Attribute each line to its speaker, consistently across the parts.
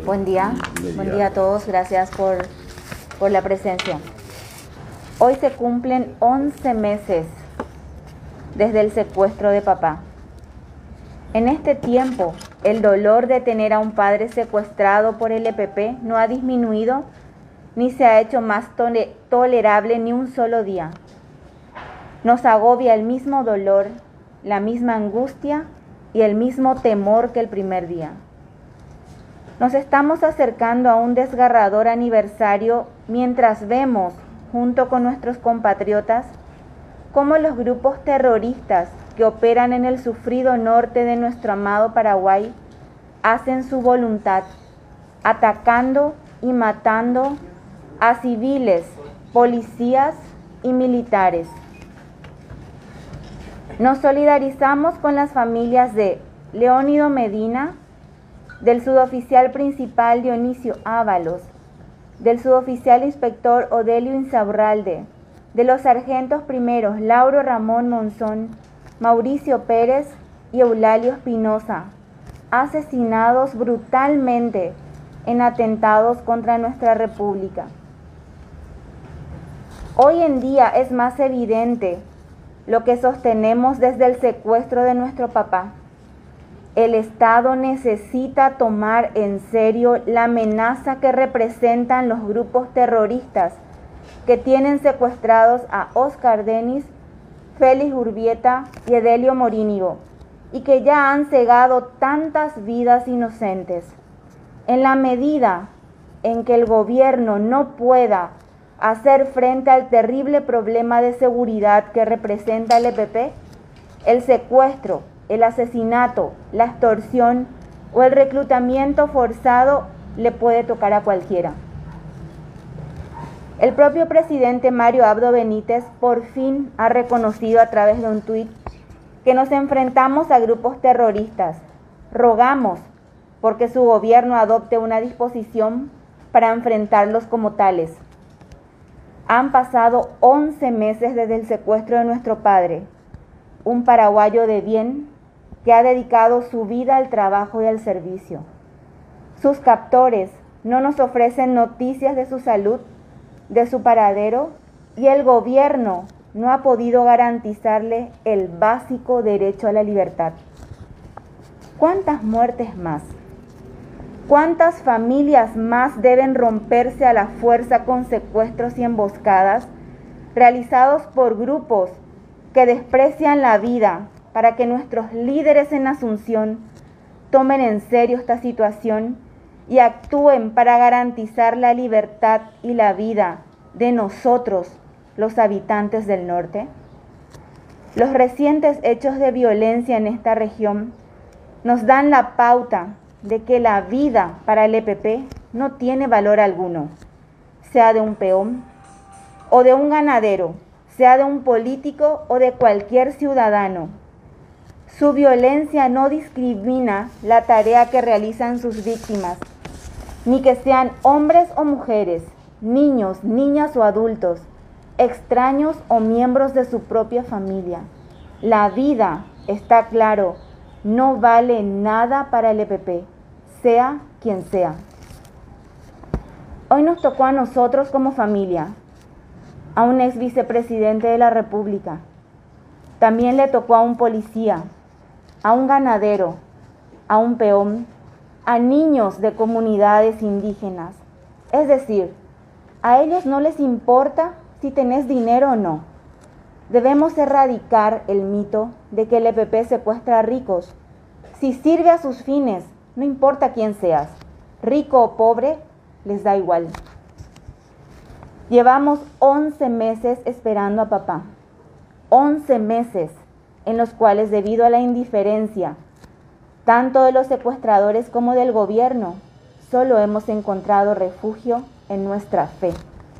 Speaker 1: Buen día a todos, gracias por la presencia. Hoy se cumplen 11 meses desde el secuestro de papá. En este tiempo, el dolor de tener a un padre secuestrado por el EPP no ha disminuido ni se ha hecho más tolerable ni un solo día. Nos agobia el mismo dolor, la misma angustia y el mismo temor que el primer día. Nos estamos acercando a un desgarrador aniversario mientras vemos, junto con nuestros compatriotas, cómo los grupos terroristas que operan en el sufrido norte de nuestro amado Paraguay hacen su voluntad, atacando y matando a civiles, policías y militares. Nos solidarizamos con las familias de Leónido Medina, del suboficial principal Dionisio Ábalos, del suboficial inspector Odelio Insaurralde, de los sargentos primeros Lauro Ramón Monzón, Mauricio Pérez y Eulalio Espinosa, asesinados brutalmente en atentados contra nuestra República. Hoy en día es más evidente lo que sostenemos desde el secuestro de nuestro papá. El Estado necesita tomar en serio la amenaza que representan los grupos terroristas que tienen secuestrados a Oscar Denis, Félix Urbieta y Edelio Morínigo, y que ya han cegado tantas vidas inocentes. En la medida en que el gobierno no pueda hacer frente al terrible problema de seguridad que representa el EPP, el secuestro, el asesinato, la extorsión o el reclutamiento forzado le puede tocar a cualquiera. El propio presidente Mario Abdo Benítez por fin ha reconocido a través de un tuit que nos enfrentamos a grupos terroristas. Rogamos porque su gobierno adopte una disposición para enfrentarlos como tales. Han pasado 11 meses desde el secuestro de nuestro padre, un paraguayo de bien que ha dedicado su vida al trabajo y al servicio. Sus captores no nos ofrecen noticias de su salud, de su paradero, y el gobierno no ha podido garantizarle el básico derecho a la libertad. ¿Cuántas muertes más? ¿Cuántas familias más deben romperse a la fuerza con secuestros y emboscadas realizados por grupos que desprecian la vida para que nuestros líderes en Asunción tomen en serio esta situación y actúen para garantizar la libertad y la vida de nosotros, los habitantes del norte? Los recientes hechos de violencia en esta región nos dan la pauta de que la vida para el EPP no tiene valor alguno, sea de un peón o de un ganadero, sea de un político o de cualquier ciudadano. Su violencia no discrimina la tarea que realizan sus víctimas, ni que sean hombres o mujeres, niños, niñas o adultos, extraños o miembros de su propia familia. La vida, está claro, no vale nada para el EPP, sea quien sea. Hoy nos tocó a nosotros como familia, a un ex vicepresidente de la República. También le tocó a un policía, a un ganadero, a un peón, a niños de comunidades indígenas. Es decir, a ellos no les importa si tenés dinero o no. Debemos erradicar el mito de que el EPP secuestra a ricos. Si sirve a sus fines, no importa quién seas, rico o pobre, les da igual. Llevamos 11 meses esperando a papá. 11 meses en los cuales, debido a la indiferencia, tanto de los secuestradores como del gobierno, solo hemos encontrado refugio en nuestra fe.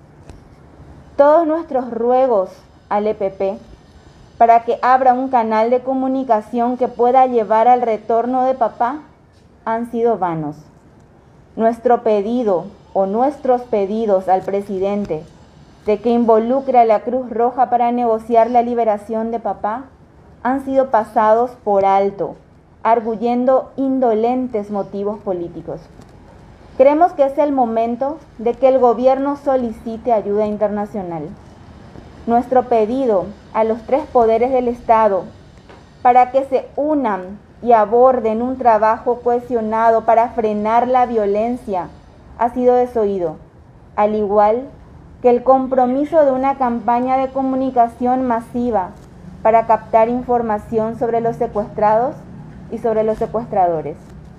Speaker 1: Todos nuestros ruegos al EPP para que abra un canal de comunicación que pueda llevar al retorno de papá han sido vanos. Nuestro pedido o nuestros pedidos al presidente de que involucre a la Cruz Roja para negociar la liberación de papá han sido pasados por alto, arguyendo indolentes motivos políticos. Creemos que es el momento de que el gobierno solicite ayuda internacional. Nuestro pedido a los tres poderes del Estado para que se unan y aborden un trabajo cohesionado para frenar la violencia ha sido desoído, al igual que el compromiso de una campaña de comunicación masiva para captar información sobre los secuestrados y sobre los secuestradores.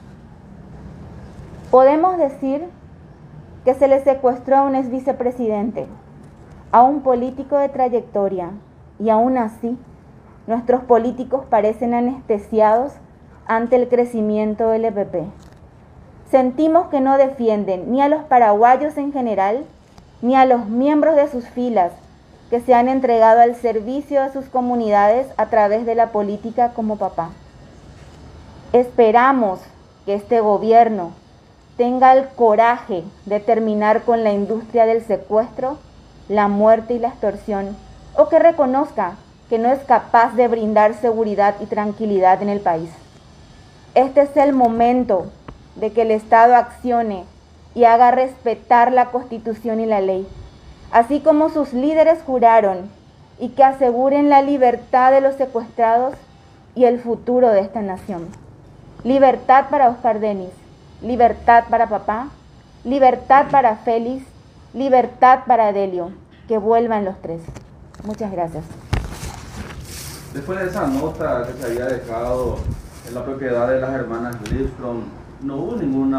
Speaker 1: Podemos decir que se le secuestró a un ex vicepresidente, a un político de trayectoria, y aún así, nuestros políticos parecen anestesiados ante el crecimiento del EPP. Sentimos que no defienden ni a los paraguayos en general, ni a los miembros de sus filas que se han entregado al servicio de sus comunidades a través de la política como papá. Esperamos que este gobierno tenga el coraje de terminar con la industria del secuestro, la muerte y la extorsión, o que reconozca que no es capaz de brindar seguridad y tranquilidad en el país. Este es el momento de que el Estado accione y haga respetar la Constitución y la ley, así como sus líderes juraron, y que aseguren la libertad de los secuestrados y el futuro de esta nación. Libertad para Oscar Denis, libertad para papá, libertad para Félix, libertad para Delio, que vuelvan los tres. Muchas gracias.
Speaker 2: Después de esa nota que se había dejado en la propiedad de las hermanas Lidstrom, no hubo ningún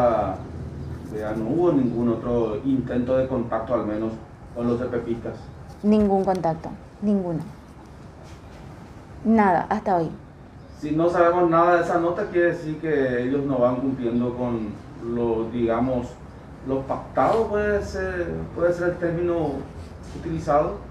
Speaker 2: otro intento de contacto, al menos con los EPPistas.
Speaker 1: Ningún contacto, ninguno. Nada, hasta hoy.
Speaker 2: Si no sabemos nada de esa nota, quiere decir que ellos no van cumpliendo con lo pactado, puede ser el término utilizado.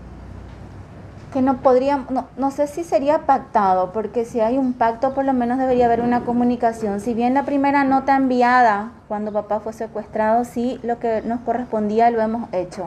Speaker 1: Que no podríamos, no sé si sería pactado, porque si hay un pacto por lo menos debería haber una comunicación. Si bien la primera nota enviada cuando papá fue secuestrado, sí, lo que nos correspondía lo hemos hecho.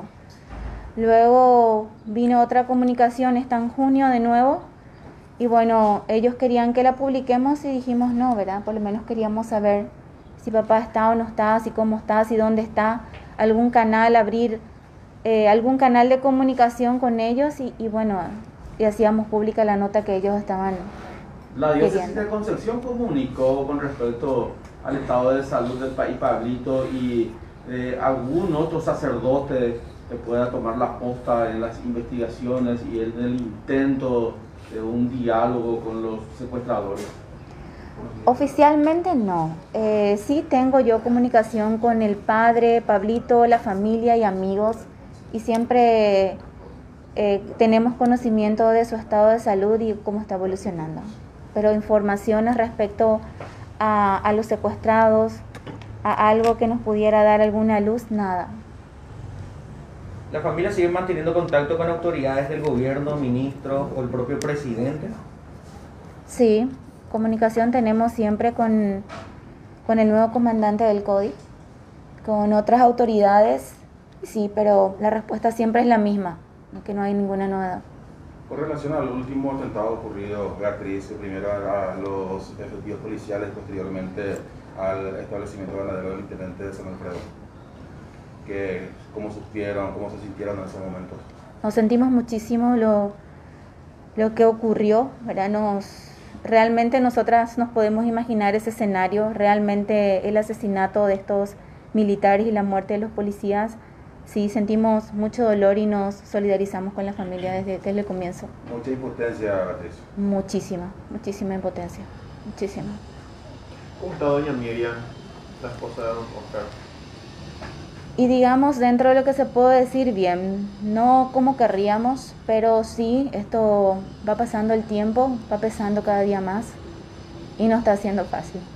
Speaker 1: Luego vino otra comunicación, está en junio de nuevo, y bueno, ellos querían que la publiquemos y dijimos no, ¿verdad? Por lo menos queríamos saber si papá está o no está, si cómo está, si dónde está, algún canal, abrir algún canal de comunicación con ellos y bueno, y hacíamos pública la nota que ellos estaban
Speaker 2: La diócesis
Speaker 1: queriendo.
Speaker 2: de Concepción comunicó con respecto al estado de salud del país Pablito y algún otro sacerdote que pueda tomar la posta en las investigaciones y en el intento de un diálogo con los secuestradores.
Speaker 1: Oficialmente no. Sí tengo yo comunicación con el padre, Pablito, la familia y amigos, y siempre tenemos conocimiento de su estado de salud y cómo está evolucionando. Pero informaciones respecto a los secuestrados, a algo que nos pudiera dar alguna luz, nada.
Speaker 3: ¿La familia sigue manteniendo contacto con autoridades del gobierno, ministros o el propio presidente?
Speaker 1: Sí, comunicación tenemos siempre con el nuevo comandante del CODI, con otras autoridades, sí, pero la respuesta siempre es la misma, que no hay ninguna novedad.
Speaker 4: Con relación al último atentado ocurrido, Beatriz, primero a los efectivos policiales, posteriormente al establecimiento ganadero del intendente de San Alfredo, ¿cómo sintieron en esos momentos?
Speaker 1: Nos sentimos muchísimo lo que ocurrió, ¿verdad? Realmente nosotras nos podemos imaginar ese escenario, realmente el asesinato de estos militares y la muerte de los policías. Sí, sentimos mucho dolor y nos solidarizamos con la familia desde el comienzo.
Speaker 4: Mucha impotencia, Beatriz.
Speaker 1: Muchísima impotencia, muchísima.
Speaker 5: ¿Cómo está doña Miriam, la esposa de don Oscar?
Speaker 1: Y digamos, dentro de lo que se puede decir, bien, no como querríamos, pero sí, esto va pasando el tiempo, va pesando cada día más y no está siendo fácil.